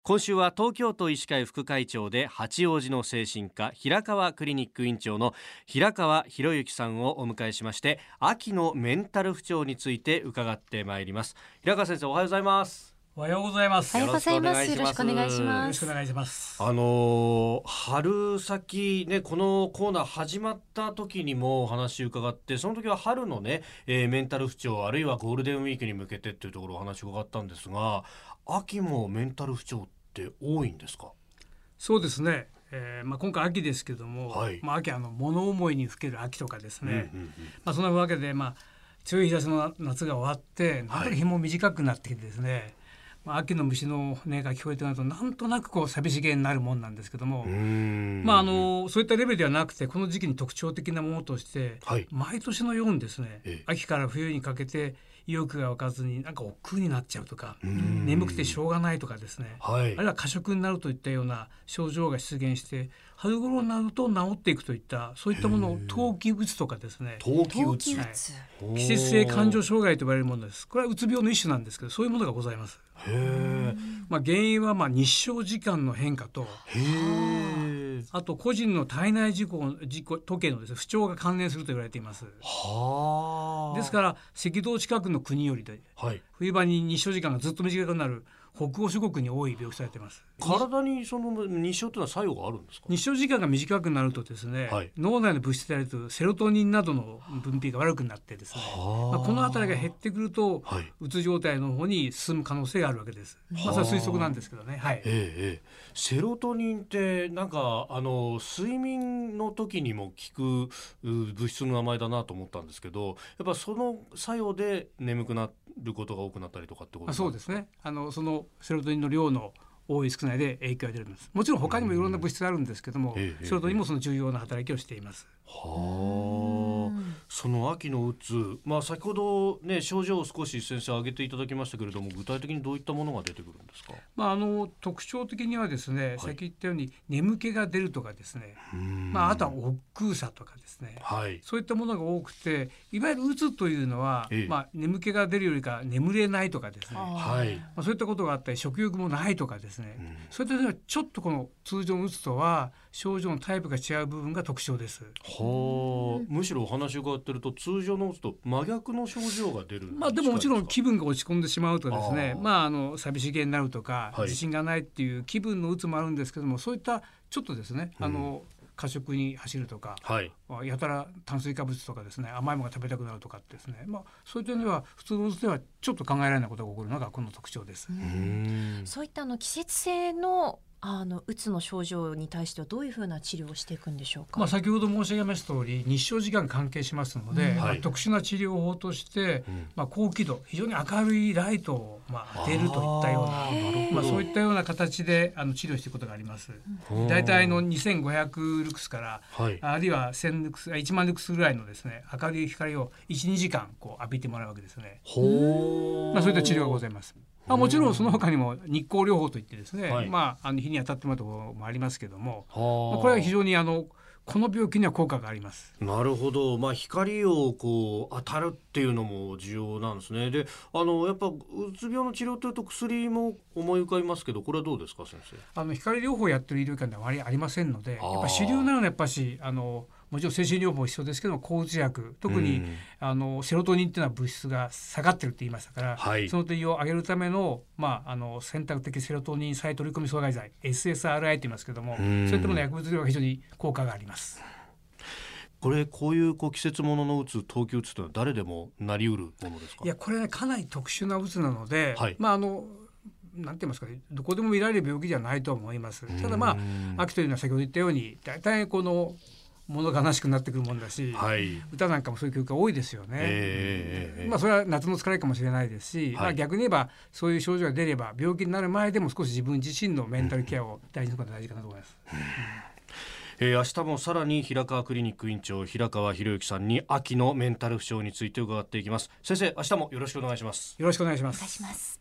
今週は東京都医師会副会長で八王子の精神科平川クリニック院長の平川博之さんをお迎えしまして、秋のメンタル不調について伺ってまいります。平川先生、おはようございます。 おはようございます。 おはようございます。よろしくお願いします。 よろしくお願いします。 春先ね、このコーナー始まった時にもお話伺って、その時は春のね、メンタル不調、あるいはゴールデンウィークに向けてっていうところお話伺ったんですが、秋もメンタル不調って多いんですか？ そうですね、今回秋ですけども、 はい、 秋物思いにふける秋とかですね、そんなわけで、強い日差しの夏が終わってなんとなく日も短くなってきてですね、秋の虫の音が聞こえてくるとなんとなくこう寂しげになるもんなんですけども、そういったレベルではなくて、この時期に特徴的なものとして、毎年のようにですね、秋から冬にかけて意欲が湧かずになんか億劫になっちゃうとか、眠くてしょうがないとかですね、あるいは過食になるといったような症状が出現して、春頃になると治っていくといった、そういったものを冬季うつとかですね、 冬季うつ、 季節性感情障害と呼ばれるものです。これはうつ病の一種なんですけど、そういうものがございます。原因は日照時間の変化と、あと個人の体内時計のですね、不調が関連すると言われています。ですから赤道近くの国よりで、冬場に日照時間がずっと短くなる北欧諸国に多い病気されています。 体にその日照というのは作用があるんですか？ 日照時間が短くなるとですね、脳内の物質であるセロトニンなどの分泌が悪くなってですね、このあたりが減ってくると、うつ状態の方に進む可能性があるわけです。それは推測なんですけどね。 セロトニンってなんか睡眠の時にも効く物質の名前だなと思ったんですけど、やっぱその作用で眠くなることが多くなったりとかってことですか？ そうですね、そのセロトニンの量の多い少ないで影響が出るんです。もちろん他にもいろんな物質があるんですけども、セロトニンもその重要な働きをしています。 その秋のうつ、先ほどね症状を少し先生挙げていただきましたけれども、具体的にどういったものが出てくるんですか？ 特徴的にはですね、先言ったように眠気が出るとかですね、あとは億劫さとかですね、そういったものが多くて、いわゆるうつというのは、眠気が出るよりか眠れないとかですね、そういったことがあったり、食欲もないとかですね、そういったのはちょっとこの通常のうつとは症状のタイプが違う部分が特徴です。 むしろお話を伺ってると、通常のうつと真逆の症状が出るんですか？ でももちろん気分が落ち込んでしまうとですね、寂しげになるとか、自信がないっていう気分のうつもあるんですけども、そういったちょっとですね、過食に走るとか、やたら炭水化物とかですね、甘いものが食べたくなるとかですね、そういった意味では普通のうつではちょっと考えられないことが起こるのがこの特徴です。 そういった季節性のうつの症状に対してはどういうふうな治療をしていくんでしょうか？ 先ほど申し上げました通り、日照時間関係しますので、特殊な治療法として、高輝度、非常に明るいライトを当てるといったような、そういったような形で治療していくことがあります。だいたい2500ルクスから、あるいは1000ルクス、1万ルクスぐらいのですね、明るい光を 1,2 時間浴びてもらうわけですね。そういった治療がございます。もちろんその他にも日光療法といってですね、日に当たってもらうところもありますけども、これは非常にこの病気には効果があります。 なるほど、光を当たるっていうのも重要なんですね。で、やっぱうつ病の治療というと薬も思い浮かびますけど、これはどうですか先生？ 光療法やってる医療機関ではありませんので、やっぱ主流なのはやっぱしもちろん精神療法も必要ですけど、抗うつ薬、特にセロトニンっていうのは物質が下がってるって言いましたから、その点を上げるための、選択的セロトニン再取り込み阻害剤 SSRI と言いますけども、そういったものの薬物量が非常に効果があります。 こういう季節もののうつ、冬季うつというのは誰でもなりうるものですか？ いや、これはかなり特殊なうつなので、なんて言いますかね、どこでも見られる病気じゃないと思います。ただ秋というのは先ほど言ったように、大体この物悲しくなってくるもんだし、歌なんかもそういう曲が多いですよね。それは夏の疲れかもしれないですし、逆に言えばそういう症状が出れば病気になる前でも少し自分自身のメンタルケアを大事にすることが大事かなと思います。 明日もさらに平川クリニック院長平川博之さんに秋のメンタル不調について伺っていきます。先生、明日もよろしくお願いします。 よろしくお願いします。